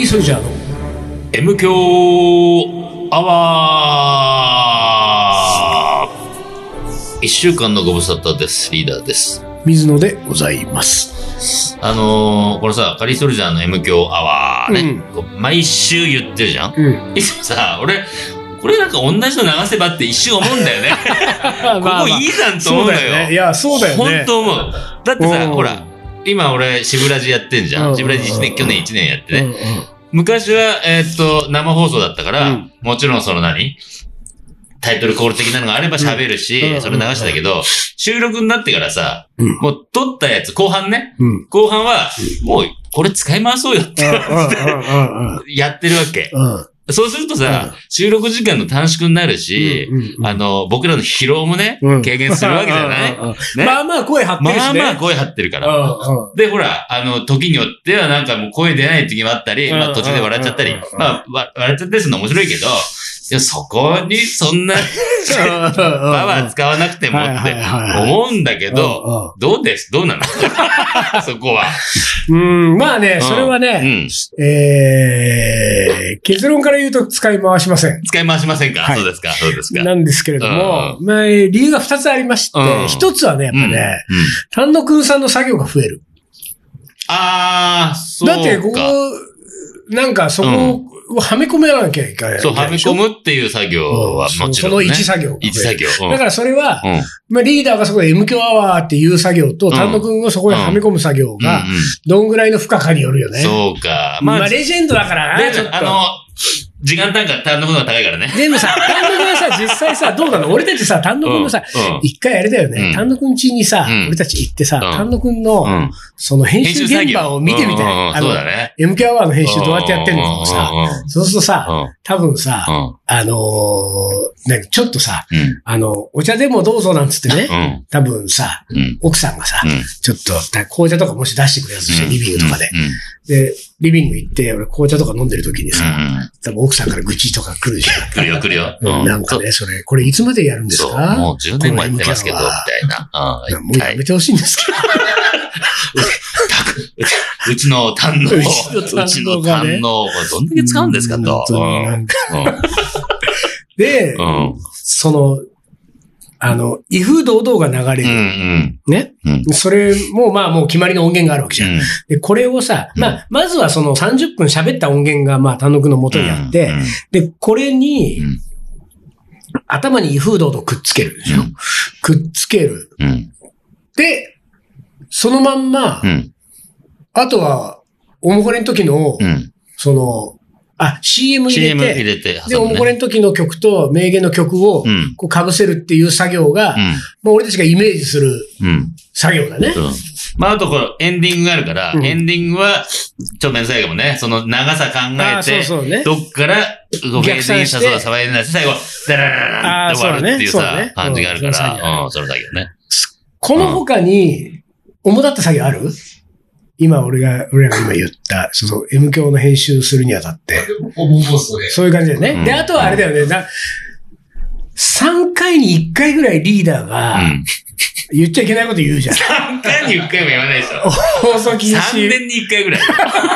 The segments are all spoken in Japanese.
ソルジャーの M 強アワー。一週間のご無沙汰です。リーダーです。 水野でございます。 これさ、カリーソルジャーの M 強アワーね、毎週言ってるじゃん、いつもさ、俺、これなんか同じの流せばって一瞬思うんだよね。ここいいじゃんと思うのよ。 ね、いや、そうだよね。 本当思う。だってさ、ほら、今俺、シブラジやってんじゃん。シブラジ去年1年やってね。昔は、生放送だったから、もちろんタイトルコール的なのがあれば喋るし、それ流してたけど、収録になってからさ、もう撮ったやつ、後半ね、後半は、もうこれ使い回そうよってやってるわけ。そうするとさ、収録時間の短縮になるし、僕らの疲労もね、軽減するわけじゃない、 まあまあ声張ってるしね。 まあまあ声張ってるから。で、ほら、時によってはなんかもう声出ない時もあったり、まあ途中で笑っちゃったり、まあ、笑っちゃったりするの面白いけど、いや、そこにそんなパワー使わなくてもって思うんだけど、どうなのそこは。 まあね、それはね、結論から言うと使い回しません。 使い回しませんか、そうですか、そうですか。 なんですけれども、まあ、理由が2つありまして、1つはね、やっぱね、丹野くんさんの作業が増える。 そうか。 だって、ここ、なんかそこ、はめ込めなきゃいけない。 そう、はめ込むっていう作業はもちろん、ね。その一作業。一作業。 だからそれは、まあリーダーがそこで M 強アワーっていう作業と、丹野くんがそこではめ込む作業が、どんぐらいの負荷かによるよね。 そうか。 まあレジェンドだからな、ちょっと。 時間単価、丹野くんが高いからね。 でもさ、丹野くんはさ、実際さ、どうなの俺たちさ、丹野くんのさ、一回あれだよね。丹野くん家にさ、俺たち行ってさ、丹野くんの、その編集現場を見てみたい。 そうだね。 M 強アワーの編集どうやってやってんのかさ、そうするとさ、多分さ、ちょっとさ、お茶でもどうぞなんつってね、多分さ、奥さんがさ、ちょっと、紅茶とかもし出してくれるとして、リビングとかで。で、リビング行って、俺紅茶とか飲んでる時にさ、多分奥さんから愚痴とか来るでしょ。 来るよ。 なんかね、これいつまでやるんですか？ もう10年もやってますけど、みたいな。 もうやめてほしいんですけど。 うちの胆の、どんだけ使うんですかと。で、 威風堂々が流れる。ね。それも、まあもう決まりの音源があるわけじゃん。で、これをさ、まずはその30分喋った音源が、まあ、丹野くんの元にあって、で、これに、頭に威風堂々くっつけるでしょ。くっつける。で、そのまんま、あとは、おもこれの時の、CM 入れて、で、おもこれの時の曲と名言の曲を、こう被せるっていう作業が、もう俺たちがイメージする作業だね。 まあ、あとエンディングがあるから、エンディングは、ちょっと面倒いかもね、その長さ考えて、どっから、フェードインしたそう騒いでない最後、ダラララって終わるっていうさ、感じがあるから、その作業ね。 この他に、主だった作業ある？今、俺らが今言った、M 響の編集するにあたって。そういう感じだよね。で、あとはあれだよね。3回に1回ぐらいリーダーが、言っちゃいけないこと言うじゃん。 3回に1回も言わないでしょ。 放送禁止。 3年に1回ぐらい。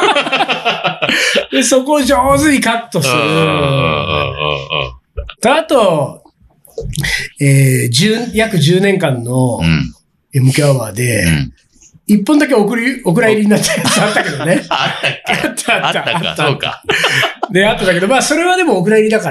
で、そこを上手にカットする。あと、約10年間の M 響アワーで、一本だけお蔵入りになったやつあったけどね。 あったっけ？あったか、そうか。 で、あっただけど、まあ、それはでもお蔵入りだから、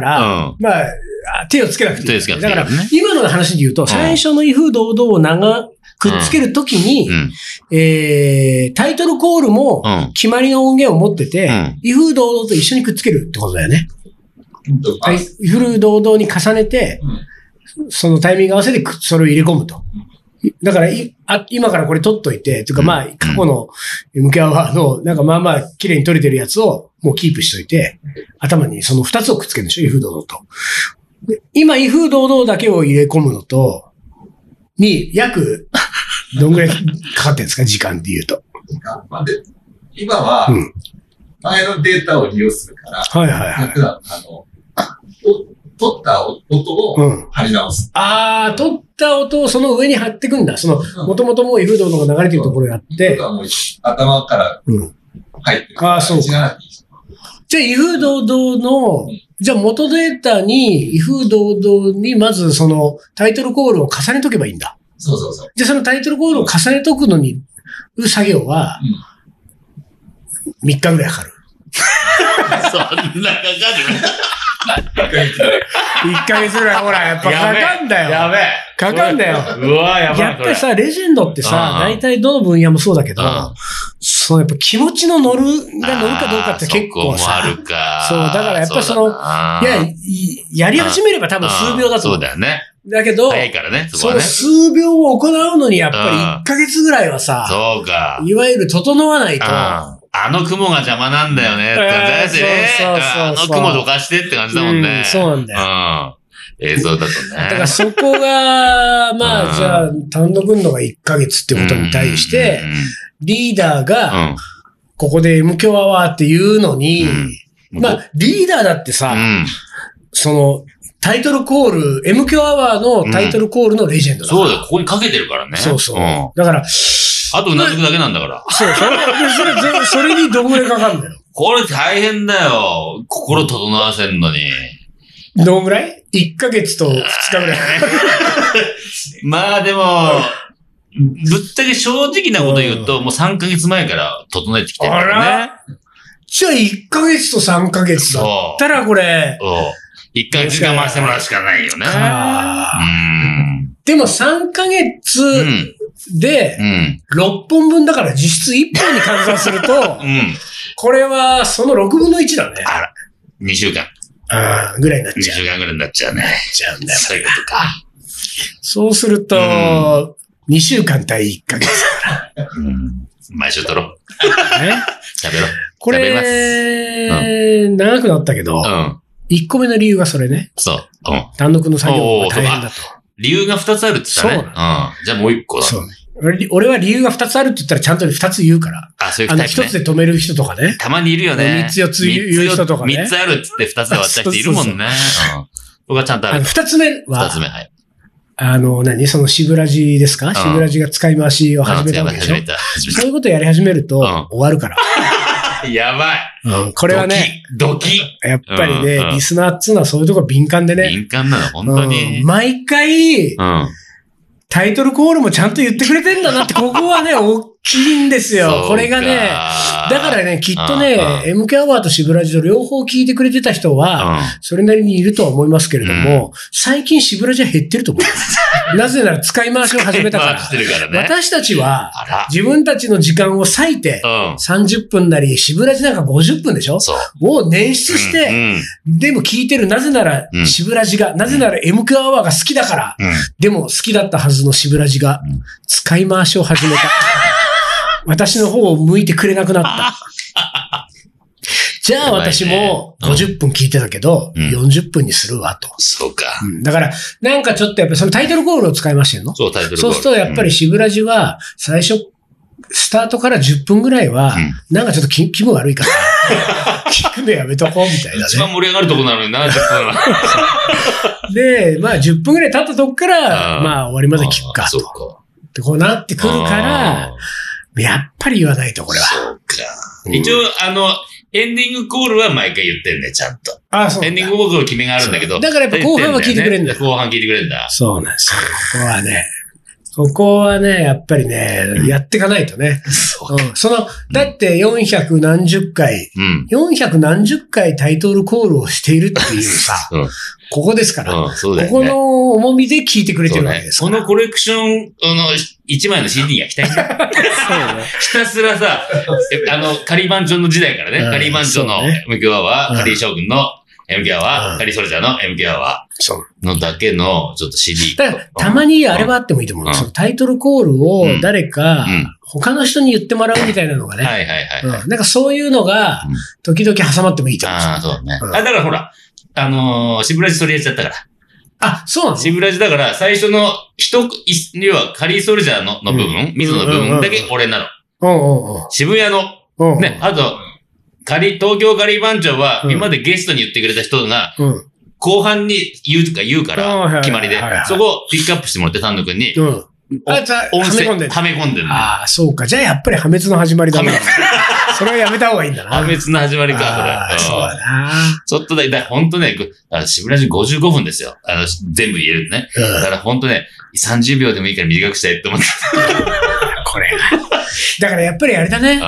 まあ、手をつけなくていい。だから、今の話で言うと、最初の威風堂々をくっつけるときに、タイトルコールも決まりの音源を持ってて、威風堂々と一緒にくっつけるってことだよね。威風堂々に重ねて、そのタイミング合わせてそれを入れ込むと。だから、今からこれ撮っといて、というかまあ、過去の M 響アワーの、なんかまあまあ、綺麗に撮れてるやつをもうキープしといて、頭にその2つをくっつけるんでしょ、威風堂々と。今、威風堂々だけを入れ込むのと、に、約、どんぐらいかかってるんですか、時間で言うと。 今は、前のデータを利用するから、取った音を貼り直す。 取った音をその上に貼ってくんだ。もともともう威風堂々が流れてるところがあって。 頭から入ってる。 そうか。 じゃあ、威風堂々の、じゃあ元データに、威風堂々にまずそのタイトルコールを重ねとけばいいんだ。 そうそうそう。 じゃあそのタイトルコールを重ねとくのに、作業は、3日ぐらいかかる。 そんなかかる 1ヶ月ぐらい、ほら、やっぱかかんだよ。 やべえ。 かかんだよ。 うわ、やばい。 やっぱりさ、レジェンドってさ、大体どの分野もそうだけど、そう、やっぱ気持ちの乗るかどうかって結構さ。 そこもあるか。 そう、だからやっぱりその、やり始めれば多分数秒だと思う。 そうだよね。 だけど、 早いからね、そこはね。 その数秒を行うのにやっぱり1ヶ月ぐらいはさ、 そうか。 いわゆる整わないと、 あの雲が邪魔なんだよねって感じですね。あの雲どかしてって感じだもんね。 そうなんだよ。 映像だとね。 だからそこが、まあ、じゃあ、単独のが1ヶ月ってことに対して、リーダーが、ここで M 響アワーっていうのに、まあ、リーダーだってさ、その、タイトルコール、M 響アワーのタイトルコールのレジェンドだから。 そうだよ、ここにかけてるからね。 そうそう。だから、 あとうなずくだけなんだから。 そう、それにどんぐらいかかるんだよ。 これ大変だよ。心整わせんのに。 どんぐらい ?1 ヶ月と2日ぐらい。 まあでも、ぶっちゃけ正直なこと言うと、もう3ヶ月前から整えてきてるからね。 じゃあ1ヶ月と3ヶ月だったらこれ。 1ヶ月我慢してもらうしかないよね。 でも3ヶ月で、6本分だから実質1本に換算すると、これはその6分の1だね。 あら、2週間。 ぐらいになっちゃう。 2週間ぐらいになっちゃうね。 ちゃうんだよ。 そういうことか。 そうすると、2週間対1ヶ月だから。 毎週撮ろう。喋ろう。 これ、長くなったけど、1個目の理由がそれね。 そう。 単独の作業が大変だと。 理由が2つあるって言ったね。じゃあもう1個だ。そう。 俺は理由が2つあるって言ったらちゃんと2つ言うから。 そういうタイプね。 1つで止める人とかね。 たまにいるよね。 3つ4つ言う人とかね。 3つあるって言って2つで終わった人いるもんね。僕はちゃんとある。 2つ目は。 2つ目、はい。 そのシブラジですか？シブラジが使い回しを始めたわけでしょ？そういうことをやり始めると終わるから。 やばい。 これはね。 ドキ。 やっぱりね、リスナーっつうのはそういうとこ敏感でね。 敏感なの、本当に。 毎回、タイトルコールもちゃんと言ってくれてんだなって、ここはね、大きいんですよ。これがね、だからね、きっとね、MK アワーとシブラジと両方聞いてくれてた人は、それなりにいるとは思いますけれども、最近シブラジは減ってると思います。なぜなら使い回しを始めたから。私たちは、自分たちの時間を割いて、30分なり、シブラジなんか50分でしょ？を捻出して、でも聞いてる。なぜなら、シブラジが、なぜなら MK アワーが好きだから、でも好きだったはずのシブラジが、使い回しを始めた。私の方を向いてくれなくなった。じゃあ私も50分聞いてたけど、40分にするわと。 そうか。 だから、なんかちょっとやっぱりそのタイトルコールを使いましてんの？ そう、タイトルコール。 そうするとやっぱりシブラジは、最初、スタートから10分ぐらいは、なんかちょっと気分悪いから、聞くのやめとこうみたいなね。 一番盛り上がるとこなのにな、10分は。 で、まあ10分ぐらい経ったとこから、まあ終わりまで聞くかと。で、こうなってくるから、やっぱり言わないと、これは。 そうか。一応、エンディングコールは毎回言ってんね、ちゃんと。そう。エンディングコールの決めがあるんだけど。 だからやっぱ後半は聞いてくれるんだよ。 後半聞いてくれるんだ。 そうなんですよ。ここはね、やっぱりね、やっていかないとね。だって400何十回、400何十回タイトルコールをしているっていうさ、ここですから、ここの重みで聞いてくれてるわけですから。 このコレクション、1枚の CD が来たいんだ。ひたすらさ、仮番長の時代からね、仮番長の MK アワー、仮将軍のMK アワー、仮ソルジャーの MK アワーのだけのちょっと CD。 たまにあれはあってもいいと思う。そのタイトルコールを誰か他の人に言ってもらうみたいなのがね。なんかそういうのが時々挟まってもいいと思う。 そうね。だからほら、シブラジそれやっちゃったから。 そうなの？ シブラジだから最初のには仮ソルジャーの部分、水野の部分だけ俺なの。渋谷の、ね、あと、東京カリー番長は、今までゲストに言ってくれた人が、後半に言うから、決まりで、そこをピックアップしてもらって、丹野くんに、 音声はめ込んでる。 ああ、そうか。じゃあやっぱり破滅の始まりだね。それはやめた方がいいんだな。 破滅の始まりか、 それ。そうだな。 ちょっとほんとね、渋ラジ55分ですよ。全部言えるね。だからほんとね、30秒でもいいから短くしたいって思って。 これが。だからやっぱりあれだね。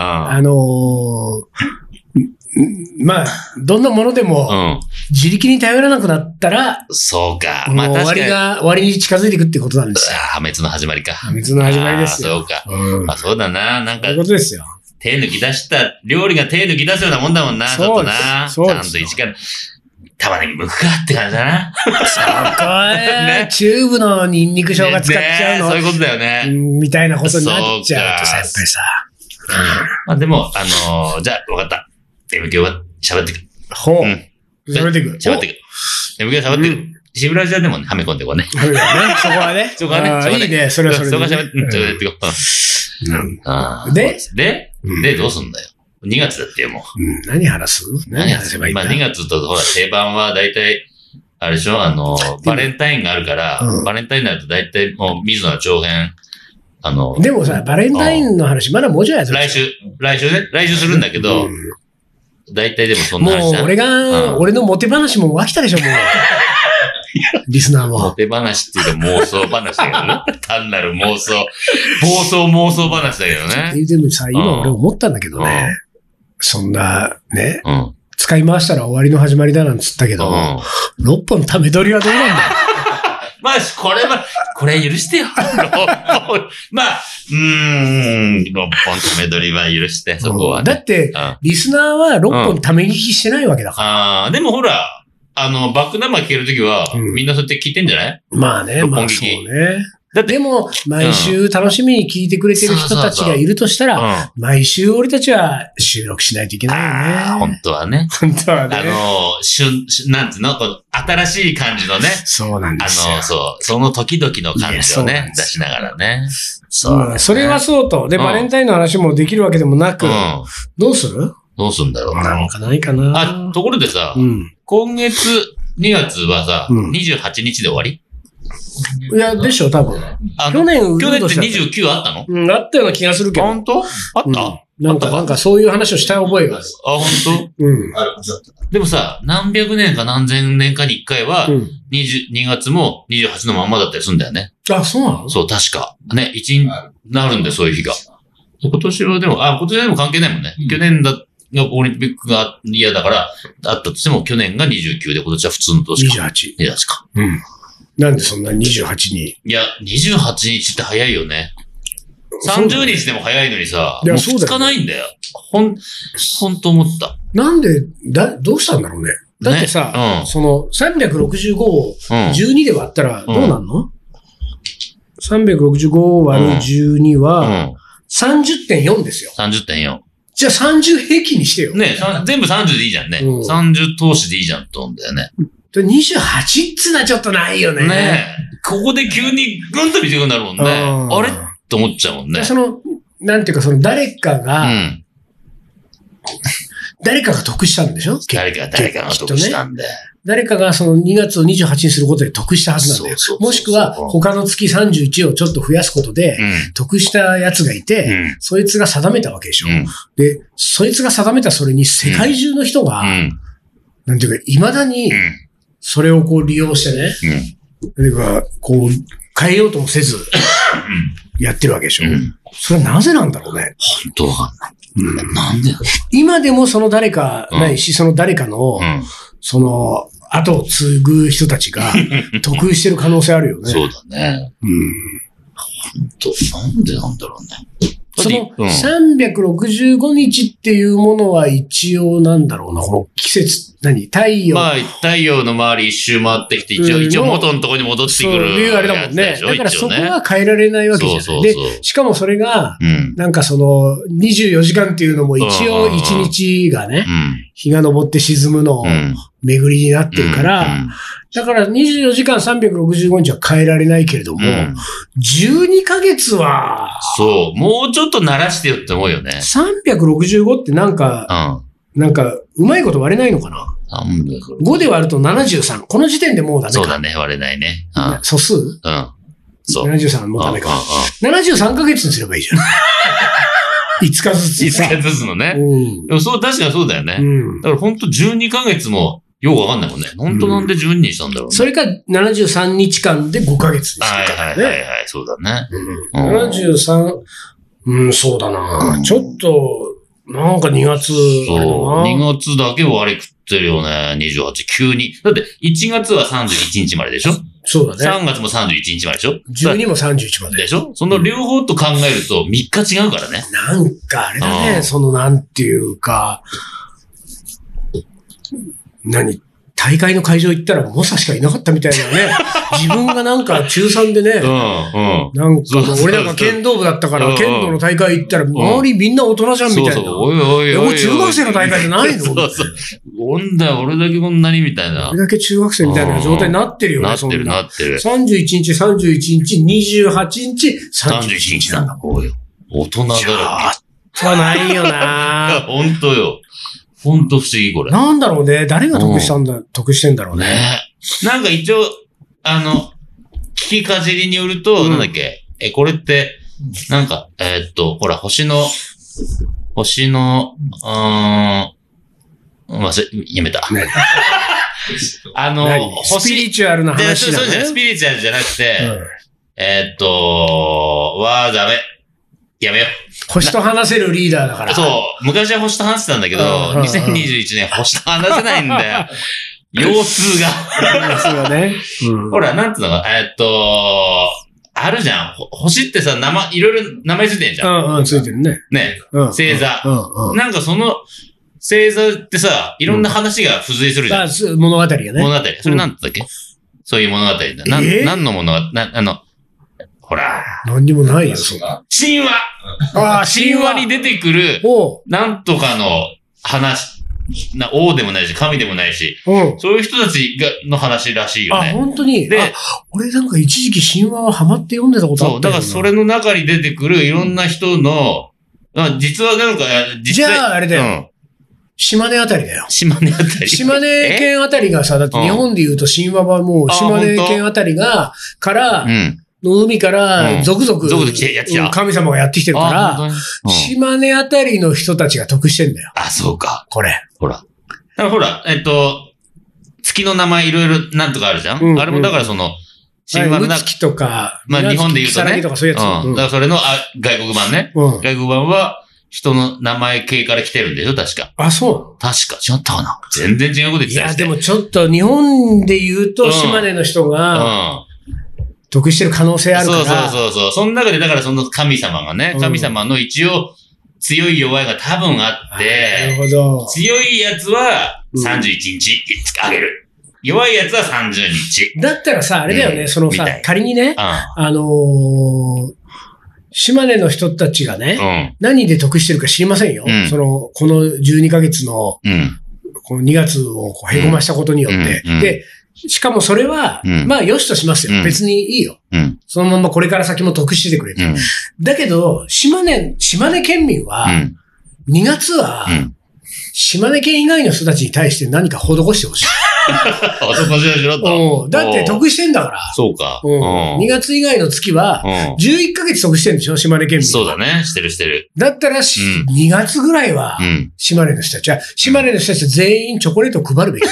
まあ、どんなものでも、自力に頼らなくなったら、 そうか。 まあ終わりに近づいていくってことなんですよ。 破滅の始まりか。 破滅の始まりですよ。 そうか。まあそうだな。なんか。 そういうことですよ。 料理が手抜き出すようなもんだもんな。ちょっとな。ちゃんと一から、玉ねぎ剥くかって感じだな。 そこね。チューブのニンニク生姜使っちゃうの。 そういうことだよね。 みたいなことになっちゃうとさ、やっぱりさ。 まあでも、じゃあ、わかった。MK は喋ってくる。 ほう。喋ってくる。 喋ってくる。MK は喋ってくる。渋ラジはでもね、はめ込んでこうね。 はめ込んでね。そこはね。 そこはね。 いいね。それはそれで。 そこは喋ってこう。で、どうすんだよ。2月だってよ、もう。 何話す何話せばいいんだ。まあ2月と、ほら、定番は大体、あれでしょバレンタインがあるから、バレンタインになると大体もう、水野の長編、 でもさ、バレンタインの話、まだもうちょいやつ来週するんだけど、大体でもそんな話もう俺のモテ話も飽きたでしょ、もう。リスナーも。 モテ話っていうか妄想話だけどね。単なる妄想話だけどね。 でもさ、今俺思ったんだけどね。そんな、ね。使い回したら終わりの始まりだなんつったけど、6本ため取りはどうなんだよ。 まあ、これ許してよ。まあ、6本ため取りは許して、そこは、ね。 だって、リスナーは6本ため聞きしてないわけだから。 でもほら、バックナンバー聞けるときは、みんなそうやって聞いてんじゃない？ まあね、まあそうね。でも、毎週楽しみに聞いてくれてる人たちがいるとしたら、毎週俺たちは収録しないといけないよね。 本当はね。 本当はね。 なんつうの、新しい感じのね。 そうなんですよ。 その時々の感じをね、出しながらね。 それはそうと。で、バレンタインの話もできるわけでもなく、どうするんだろうなんかないかな。 ところでさ、今月2月はさ、28日で終わり？ いや、でしょ、多分。去年って29あったの？ あったような気がするけど。 本当？あった？ なんかそういう話をした覚えがある。 本当？でもさ、何百年か何千年かに1回は、2月も28のまんまだったりするんだよね。 あ、そうなの？ そう、確か。ね、1になるんで、そういう日が。今年はでも関係ないもんね。去年オリンピックが嫌だから、あったとしても去年が29で、今年は普通の年か。28か。 なんでそんな28に。 いや、28日って早いよね。30日でも早いのにさ、もう2日ないんだよ。ほんと思った。 なんで、どうしたんだろうね。だってさ、その365を12で割ったらどうなんの？ 365 割る12は 30.4 ですよ。 30.4。 じゃあ30平均にしてよ。 ね、全部30でいいじゃんね。30投資でいいじゃんと思うんだよね。 28っつのはちょっとないよね。 ねえ。ここで急にぐんと短くなるもんね。あれと思っちゃうもんね。 なんていうか誰かが得したんでしょ？ 誰かが得したんで。 誰かがその2月を28にすることで得したはずなんだよ。もしくは他の月31をちょっと増やすことで得したやつがいて、そいつが定めたわけでしょ。で、そいつが定めたそれに世界中の人が、なんていうか、未だにそれをこう利用してね、こう変えようともせずやってるわけでしょ。それはなぜなんだろうね。 本当わかんない。なんで？ 今でもその誰かないし、その誰かの、その後を継ぐ人たちが得意してる可能性あるよね。 そうだね。本当、なんでなんだろうね。 その365日っていうものは一応なんだろうな、この季節、太陽。 まあ、太陽の周り一周回ってきて、一応元のところに戻ってくる。 そういうあれだもんね。だからそこは変えられないわけじゃない。で、しかもそれが、なんかその24時間っていうのも一応1日がね、日が昇って沈むの巡りになってるから、だから24時間365日は変えられないけれども、12ヶ月は、 そう、もうちょっと慣らしてよって思うよね。 365ってなんか、うまいこと割れないのかな？ 5で割ると73。この時点でもうダメか。 そうだね、割れないね。 素数？ そう。 73もダメか。73ヶ月にすればいいじゃん。5日ずつ。 5日ずつのね。でもそう、確かにそうだよね。だから本当12ヶ月も、よくわかんないもんね。本当なんで12にしたんだろうね。 それか73日間で5ヶ月にしたからね。 はい、そうだね。 73、そうだな。ちょっと、なんか2月。 そう。2月だけ割り食ってるよね。28、急に。だって1月は31日まででしょ？ そうだね。 3月も31日まででしょ？ 12も31まで。 でしょ？その両方と考えると3日違うからね。 なんかあれだね、なんていうか、大会の会場行ったら猛者しかいなかったみたいなね。自分がなんか中3でね。なんか俺なんか剣道部だったから、剣道の大会行ったら周りみんな大人じゃんみたいな。 おい。 中学生の大会じゃないの？ そう。俺だけこんなにみたいな。 俺だけ中学生みたいな状態になってるよね。 なってる。 31日、31日、28日、31日なんだ。 大人だらけ。はないよな。 本当よ。ほんと不思議、これ。 なんだろうね。誰が得してんだろうね。 なんか一応、聞きかじりによると、なんだっけ、これって、なんか、ほら、星の、やめた。 スピリチュアルな話だね。 そうじゃスピリチュアルじゃなくて、ダメ。やめよう。 星と話せるリーダーだから。 そう。昔は星と話してたんだけど、2021年星と話せないんだよ。腰痛が。 そうだね。 ほら、なんつうのか、あるじゃん。星ってさ、いろいろ名前ついてんじゃん。 ついてるね。 ね。星座。なんかその、星座ってさ、いろんな話が付随するじゃん。 物語がね。 物語。それなんだっけ？そういう物語だ。何の物語？ほら。 何にもないよ、 神話。神話に出てくる、なんとかの話、王でもないし、神でもないし、そういう人たちの話らしいよね。 本当に。で、俺なんか一時期神話はハマって読んでたことあったよ。 そう、だからそれの中に出てくるいろんな人の、実はなんか、 じゃああれだよ。島根あたりだよ。 島根県あたりがさ、だって日本で言うと神話はもう島根県あたりから海から続々神様がやってきてるから、島根あたりの人たちが得してんだよ。 そうか。 これ。 ほら、月の名前いろいろなんとかあるじゃん？あれもだからその、 神話の中。月とか、 日本で言うとね。 とかそういうやつ。 だからそれの外国版ね。外国版は、人の名前系から来てるんでしょ確か。 そう確か。違ったかな全然違うこと言ってた。 いや、でもちょっと日本で言うと、島根の人が、得してる可能性あるから。 そう。その中で、だからその神様がね、神様の一応、強い弱いが多分あって、 なるほど。 強いやつは31日あげる。弱いやつは30日。 だったらさ、あれだよね、仮にね、島根の人たちがね、何で得してるか知りませんよ。この12ヶ月の、この2月をへこましたことによって。で、しかもそれは、まあ、よしとしますよ。別にいいよ。そのままこれから先も得しててくれて。だけど、島根県民は、2月は、島根県以外の人たちに対して何か施してほしい。 施しろと。 だって得してんだから。 そうか。 2月以外の月は、11ヶ月得してんでしょ島根県民。 そうだね。してる。 だったら、2月ぐらいは、島根の人たちは、島根の人たち全員チョコレートを配るべき。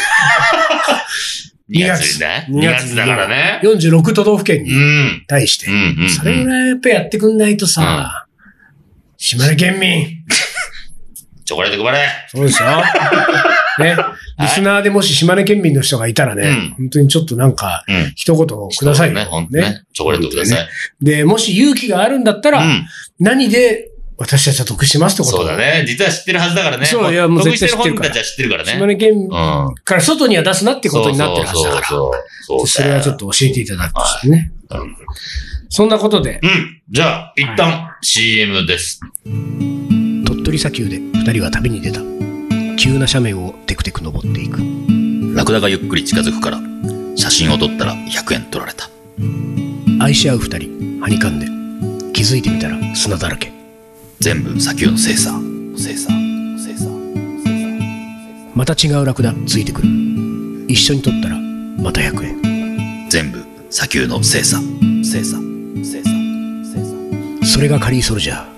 2月ね。2月だからね。 46都道府県に対して。それぐらいやっぱやってくんないとさ、島根県民。 チョコレート配れ。 そうですよ。ね。リスナーでもし島根県民の人がいたらね、本当にちょっとなんか、一言ください。 ね、本当ね。チョコレートください。 で、もし勇気があるんだったら、何で私たちは得してますってこと。 そうだね。実は知ってるはずだからね。 そう、いや、もう絶対知ってるから。 得してる本たちは知ってるからね。 島根県から外には出すなってことになってるはずだから。それはちょっと教えていただくとね。そんなことで。 じゃあ、一旦 CM です。 鳥取砂丘で二人は旅に出た。急な斜面をテクテク登っていく。 ラクダがゆっくり近づくから写真を撮ったら100円取られた。 愛し合う二人はにかんで気づいてみたら砂だらけ。 全部砂丘の精査。 また違うラクダついてくる。一緒に撮ったらまた100円。 全部砂丘の精査。 それがカリーソルジャー。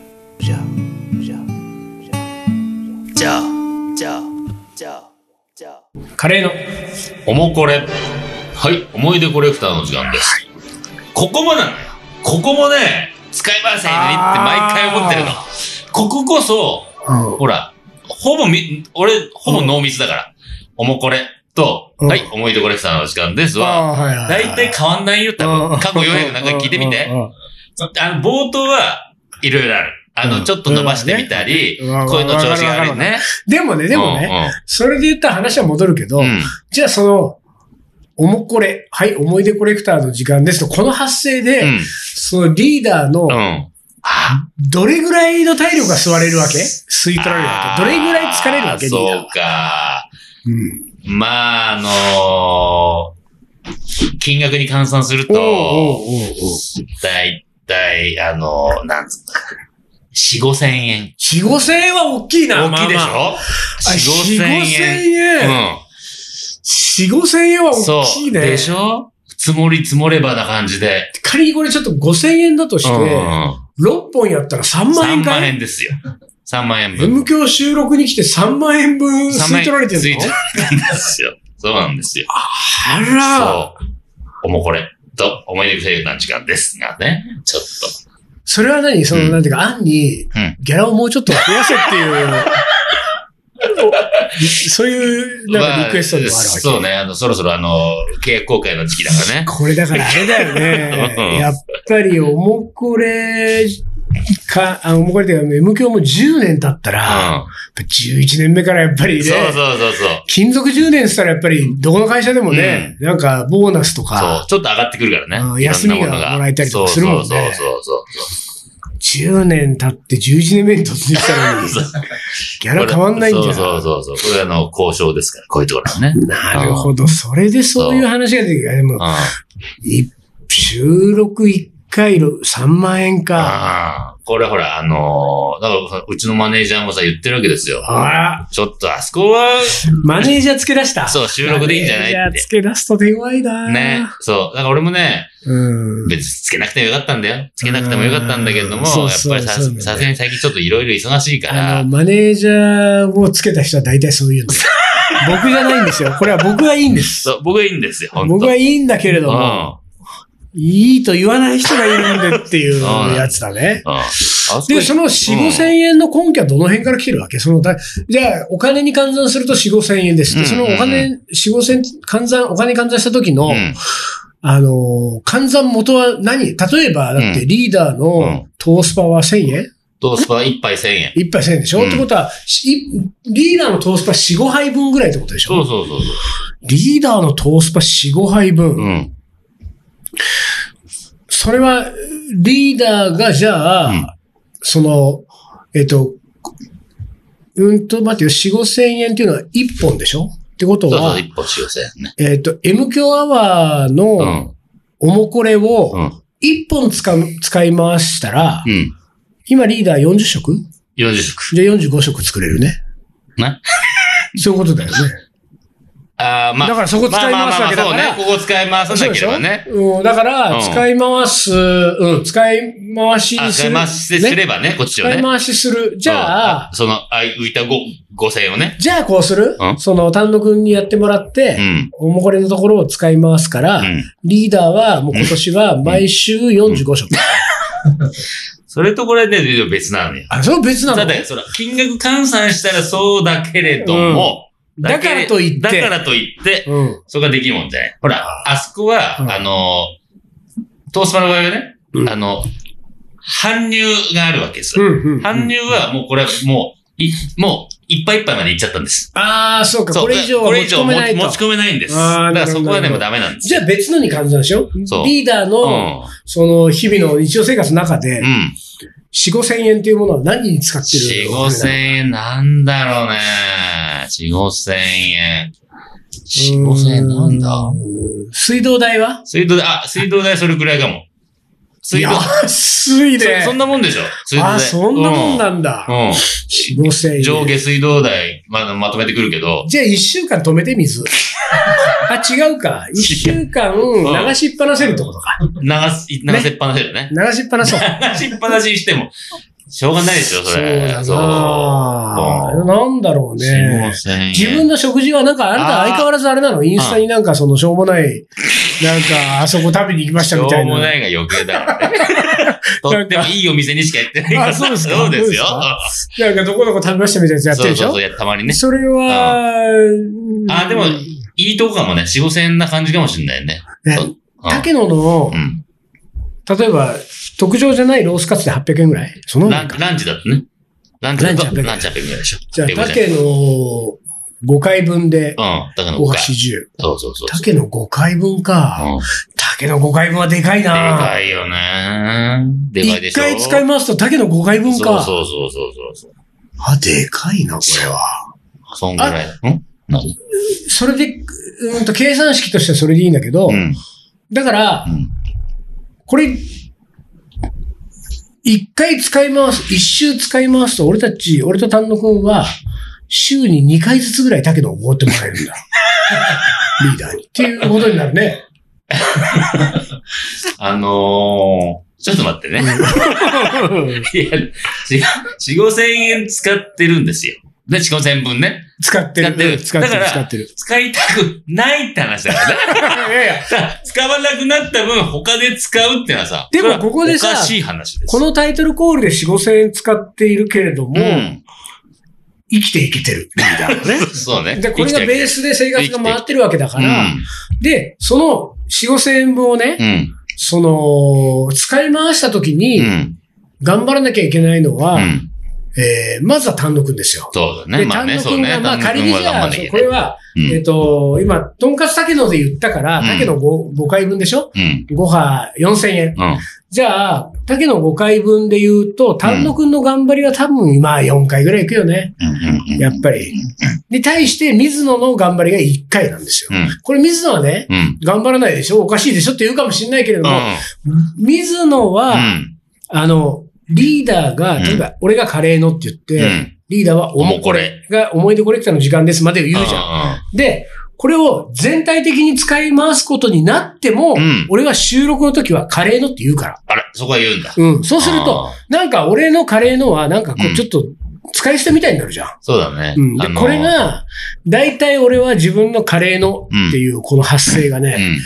カレーのおもこれ。はい、思い出コレクターの時間です。ここもなのよ。ここもね、使い回せんようにって毎回思ってるの。こここそ、ほら、ほぼノーミスだから。おもこれと、はい、思い出コレクターの時間ですは、だいたい変わんないよ、多分。過去400なんか聞いてみて。冒頭はいろいろある。ちょっと伸ばしてみたり、声の調子が悪いね。 でもね、それで言ったら話は戻るけど、じゃあおもこれ、はい、思い出コレクターの時間ですと、この発声で、そのリーダーの、どれぐらいの体力が吸われるわけ？吸い取られるわけ？どれぐらい疲れるわけ？ そうか。まあ、金額に換算すると、だいたい、なんつうのか。4、5千円。 4、5千円は大きいな。 大きいでしょ？ 4、5千円。4、5千円は大きいね。 でしょ？積もればな感じで。 仮にこれちょっと5千円だとして、6本やったら3万円かい？ 3万円ですよ。3万円分。 M 響収録に来て3万円分吸い取られてるの？吸い取られてるんですよ。そうなんですよ。 あら。 そう。おもこれと思い出コレクターの時間ですがね。ちょっと。 それは何？なんていうか、案に、ギャラをもうちょっと増やせっていう、そういう、リクエストでもあるわけ。 そうね。そろそろ契約更改の時期だからね。 これだからあれだよね。やっぱり、おもこれおもこれっていうか、M 響も10年経ったら、11年目からやっぱりね。 そう。 勤続10年したらやっぱり、どこの会社でもね、なんか、ボーナスとか。 そう、ちょっっと上がってくるからね。 休みがもらえたりとかするもんね。 そう。 10年経って11年目に突入したのに、ギャラ変わんないんじゃん。 そう。これ交渉ですから、こういうところはね。 なるほど。それでそういう話が出てくる。でも、収録1回3万円か。 これほら、だからうちのマネージャーもさ、言ってるわけですよ。ちょっとあそこは、 マネージャーつけ出した。 そう、収録でいいんじゃないって。 マネージャーつけ出すと手強いな。 ね。そう。だから俺もね、別につけなくてもよかったんだよ。つけなくてもよかったんだけれども、やっぱりさすがに最近ちょっといろいろ忙しいから。 マネージャーをつけた人は大体そう言うんですよ。僕じゃないんですよ。これは僕はいいんです。 そう、僕はいいんですよ。 僕はいいんだけれども、いいと言わない人がいるんでっていうやつだね。で、その4、5千円の根拠はどの辺から来てるわけ？じゃあ、お金に換算すると4、5千円です。で、そのお金、4、5千、お金換算した時の、換算元は何？例えば、だってリーダーのトースパは1000円？ トースパ1杯1000円。 1杯1000円でしょ？ってことは、リーダーのトースパ4、5杯分ぐらいってことでしょ？ そう。 リーダーのトースパ4、5杯分。それは、リーダーがじゃあ、待ってよ、4、5千円っていうのは1本でしょ？ってことは、 そう、1本4、5千円ね。 M 響アワーのおもこれを1本使い回したら、今リーダー40食？ 40食。 じゃあ45食作れるね。 ね。 そういうことだよね。だからそこ使い回すわけだから。 そうね。ここ使い回さなければね。 だから、使い回しする。 使い回しすればね、こっちをね。 使い回しする。じゃあ、 浮いた5000円をね。 じゃあこうする？丹野くんにやってもらって、おもこれのところを使い回すから、リーダーはもう今年は毎週45食。 それとこれね、別なのよ。 そう別なの？ だって、金額換算したらそうだけれども、 だからといって、 そこができるもんじゃない。ほら、あそこは、トースパの場合はね、搬入があるわけですよ。搬入はもうこれはもういっぱいいっぱいまで行っちゃったんです。 そうか、これ以上は持ち込めないと。 持ち込めないんです。だからそこはでもダメなんです。 じゃあ別のに換算しよう。リーダーの、日々の日常生活の中で、4、5千円っていうものは何に使ってるの？4、5千円なんだろうね。4、5千円。4、5千円なんだ。 水道代は？ 水道代それくらいかも。 安いね。 そんなもんでしょ？水道代。 そんなもんなんだ。4、5千円。 上下水道代、まとめてくるけど。 じゃあ1週間止めて水。 違うか。1週間流しっぱなせるってことか。 流せっぱなせるね。 流しっぱなそう。 流しっぱなしにしても、しょうがないでしょ、それ。 そうだな。なんだろうね。自分の食事はなんか、あなた相変わらずあれなの？インスタになんかそのしょうもない、なんかあそこ食べに行きましたみたいな。 しょうもないが余計だからね。とってもいいお店にしか行ってないから。 そうですか。 そうですよ。 なんかどこどこ食べましたみたいなやつやってるでしょ？ そう、たまにね。 それは、 でも、いいとこかもね。4、5千円な感じかもしれないね。 竹野の、例えば、特上じゃないロースカツで800円ぐらい？そのランチだとね。ランチ800円ぐらいでしょ。 じゃあ、竹野5回分で、お箸10。 そうそうそう。 竹野5回分か。竹野5回分はでかいな。 でかいよね。でかいでしょ。 1回使いますと竹野5回分か。 そう。 でかいな、これは。 そんぐらい。何？ それで、計算式としてはそれでいいんだけど、だから、これ、一回使い回す、一周使い回すと、俺と丹野くんは、週に2回ずつぐらい竹野をおごってもらえるんだ。リーダーに。っていうことになるね。 ちょっと待ってね。いや、4、5千円使ってるんですよ。で、4、5千分ね。 使ってる。 だから、使いたくないって話だからね。いや使わなくなった分、他で使うってのはさ。 でもここでさ、 おかしい話です。 このタイトルコールで4、5千円使っているけれども、生きていけてる。リーダーね。 そうね。 で、これがベースで生活が回ってるわけだから、で、その4、5千円分をね、使い回した時に、頑張らなきゃいけないのは、まずは丹野くんですよ。 そうだね。 丹野くんが、仮にじゃあ、これは、今、とんかつ竹野で言ったから、竹野5回分でしょ ?5 波4000円。じゃあ、竹野5回分で言うと、丹野くんの頑張りは多分今4回ぐらいいくよね。やっぱり。に対して、水野の頑張りが1回なんですよ。これ水野はね、頑張らないでしょおかしいでしょって言うかもしれないけれども、水野は、リーダーが、例えば、俺がカレーのって言って、リーダーはおもこれが思い出コレクターの時間ですまで言うじゃん。で、これを全体的に使い回すことになっても、俺は収録の時はカレーのって言うから。 あれ、そこは言うんだ。 そうすると、なんか俺のカレーのは、なんかこう、ちょっと、使い捨てみたいになるじゃん。 そうだね。 で、これが、大体俺は自分のカレーのっていうこの発声がね、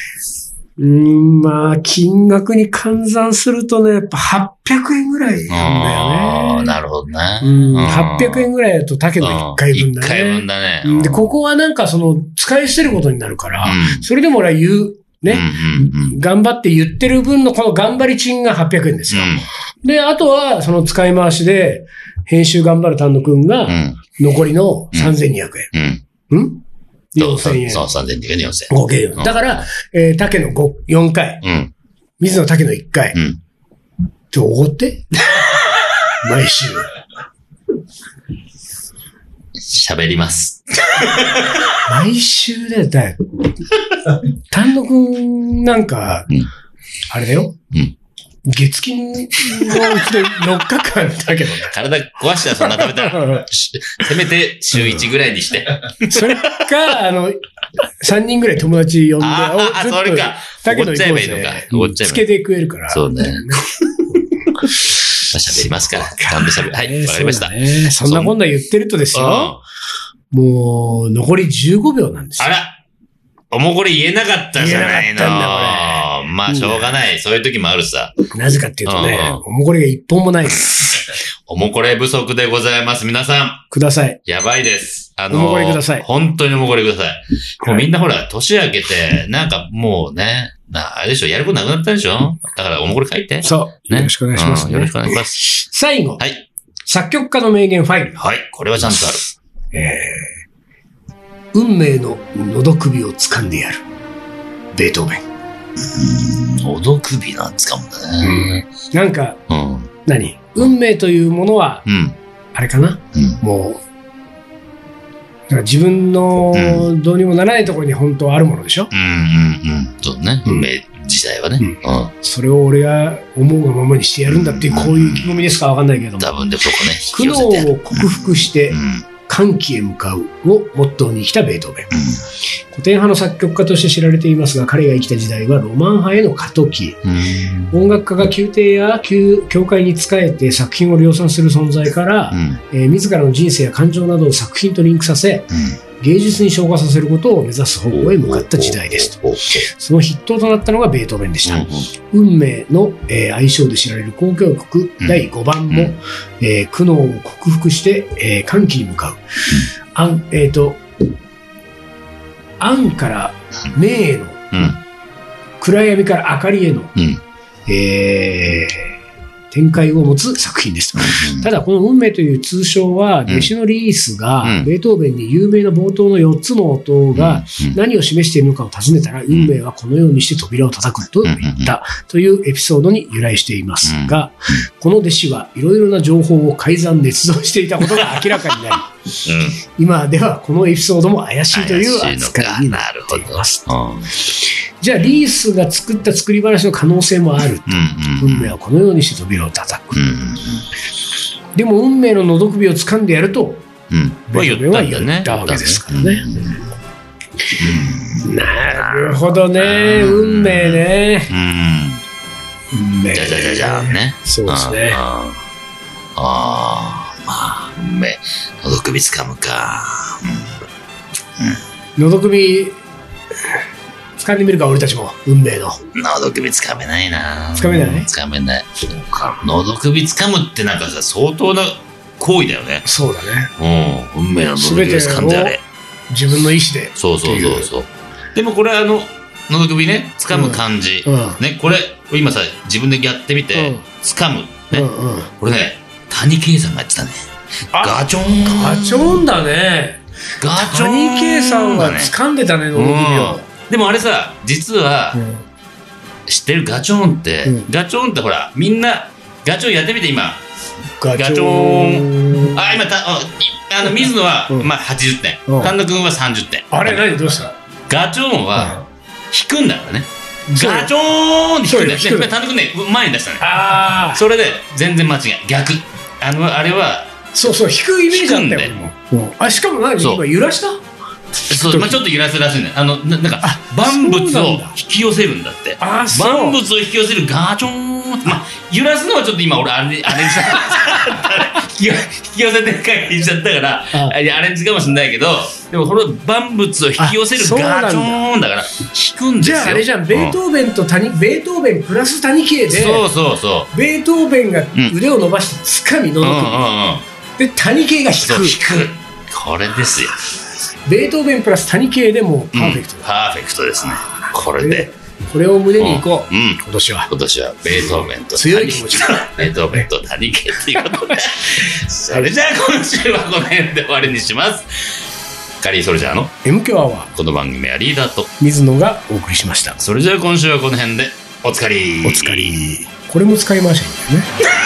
まあ、金額に換算するとね、やっぱ800円ぐらいなんだよね。 なるほどね。 800円ぐらいだと竹の1回分だね。1 回分だね。 で、ここはなんか使い捨てることになるから、それでも俺は言う。ね。頑張って言ってる分のこの頑張り賃が800円ですよ。で、あとはその使い回しで、編集頑張る丹野くんが、残りの3200円。4000円。 そう、3200円、4000円。 合計。だから、竹の4回。水野竹の1回。おごって毎週。 喋ります。 毎週だよ。丹野くんなんか、あれだよ。月金のうちで4日間だけどね。 体壊したらそんな食べたら、せめて週1ぐらいにして。 それか、3人ぐらい友達呼んで、 それか。 竹野行こうぜ。つけて食えるから。 そうね。喋りますから。ちゃんと喋る。はい、わかりました。 そんなこんな言ってるとですよ。もう、残り15秒なんですよ。 あらおもこれ言えなかったじゃないの。まあ、しょうがない。そういう時もあるさ。 なぜかっていうとね、おもこれが一本もないです。 おもこれ不足でございます。皆さん。 ください。 やばいです。 おもこれください。 本当におもこれください。もうみんなほら、年明けて、なんかもうね、あれでしょ、やることなくなったでしょだからおもこれ書いて。 そう。よろしくお願いします。 よろしくお願いします。 最後。 はい。 作曲家の名言ファイル。 はい。これはちゃんとある。 運命の喉首を掴んでやる。ベートーベン。 喉首なん掴むんだね。 なんか、何運命というものは、あれかな、もう、だから自分のどうにもならないところに本当はあるものでしょ。 そうね。運命自体はね。 それを俺が思うがままにしてやるんだっていう、こういう意気込みですかわかんないけども。 多分でそこね。 苦悩を克服して、 歓喜へ向かうをモットーに来たベートーベン。古典派の作曲家として知られていますが、彼が生きた時代はロマン派への過渡期。音楽家が宮廷や教会に仕えて作品を量産する存在から、自らの人生や感情などを作品とリンクさせ、芸術に昇華させることを目指す方向へ向かった時代ですと。その筆頭となったのがベートーベンでした。運命の、愛称で知られる交響曲第5番も、苦悩を克服して、歓喜に向かう。暗から明への、暗闇から明かりへの、展開を持つ作品です。ただ、この運命という通称は、弟子のリースが、ベートーベンに有名な冒頭の4つの音が何を示しているのかを尋ねたら、運命はこのようにして扉を叩くと言ったというエピソードに由来していますが、この弟子はいろいろな情報を改ざん捏造していたことが明らかになり、今ではこのエピソードも怪しいという扱いになっています。じゃあリースが作った作り話の可能性もあると。運命はこのようにして扉を叩く。でも運命の喉首を掴んでやると、ベートーベンは言ったわけですからね。なるほどね。運命ね。運命。 じゃあね。 そうですね。 運命。喉首掴むか。 喉首掴んでみるか、俺たちも。運命の喉首掴めないな。 掴めない？ 掴めない。そうか。喉首掴むってなんかさ、相当な行為だよね。 そうだね。 運命の喉首を掴んであれ。 自分の意思で。 そう。でもこれ喉首ね、掴む感じ。ね、これ、今さ、自分でやってみて、掴む。ね。これね、谷圭さんがやってたね。ガチョン。 ガチョンだね。谷圭さんが掴んでたね、喉首を。 でもあれさ、実は、知ってるガチョーンって、ガチョーンってほら、みんな、ガチョーンやってみて今。ガチョーン。今、水野は、80点。神田君は30点。 あれ何どうしたガチョーンは、弾くんだからね。ガチョーンって弾くんだよね。神田君ね、前に出したね。それで、全然間違い。逆。あれは、 そう、弾くイメージあったよ。しかも何今揺らしたそう、ちょっと揺らせらしいね。なんか、万物を引き寄せるんだって。万物を引き寄せるガチョーン。揺らすのはちょっと今俺アレンジ引き寄せて回にしちゃったから、アレンジかもしれないけど、でもこの万物を引き寄せるガチョーンだから、引くんですよ。 じゃああれじゃん、ベートーベンプラス谷圭で、 そう。 ベートーベンが腕を伸ばして掴み喉首。で、谷圭が引く。 これですよ。 ベートーベンプラス谷圭でもパーフェクトだ。 パーフェクトですね。これで。 これを胸にいこう。今年は。 ベートーベンと強い気持ちだ。 ベートーベンと谷圭っていうことで。それじゃあ今週はこの辺で終わりにします。カリーソルジャーの M 強アワー。 この番組はリーダーと水野がお送りしました。 それじゃあ今週はこの辺でおつかり。 これも使い回しゃいいんだよね。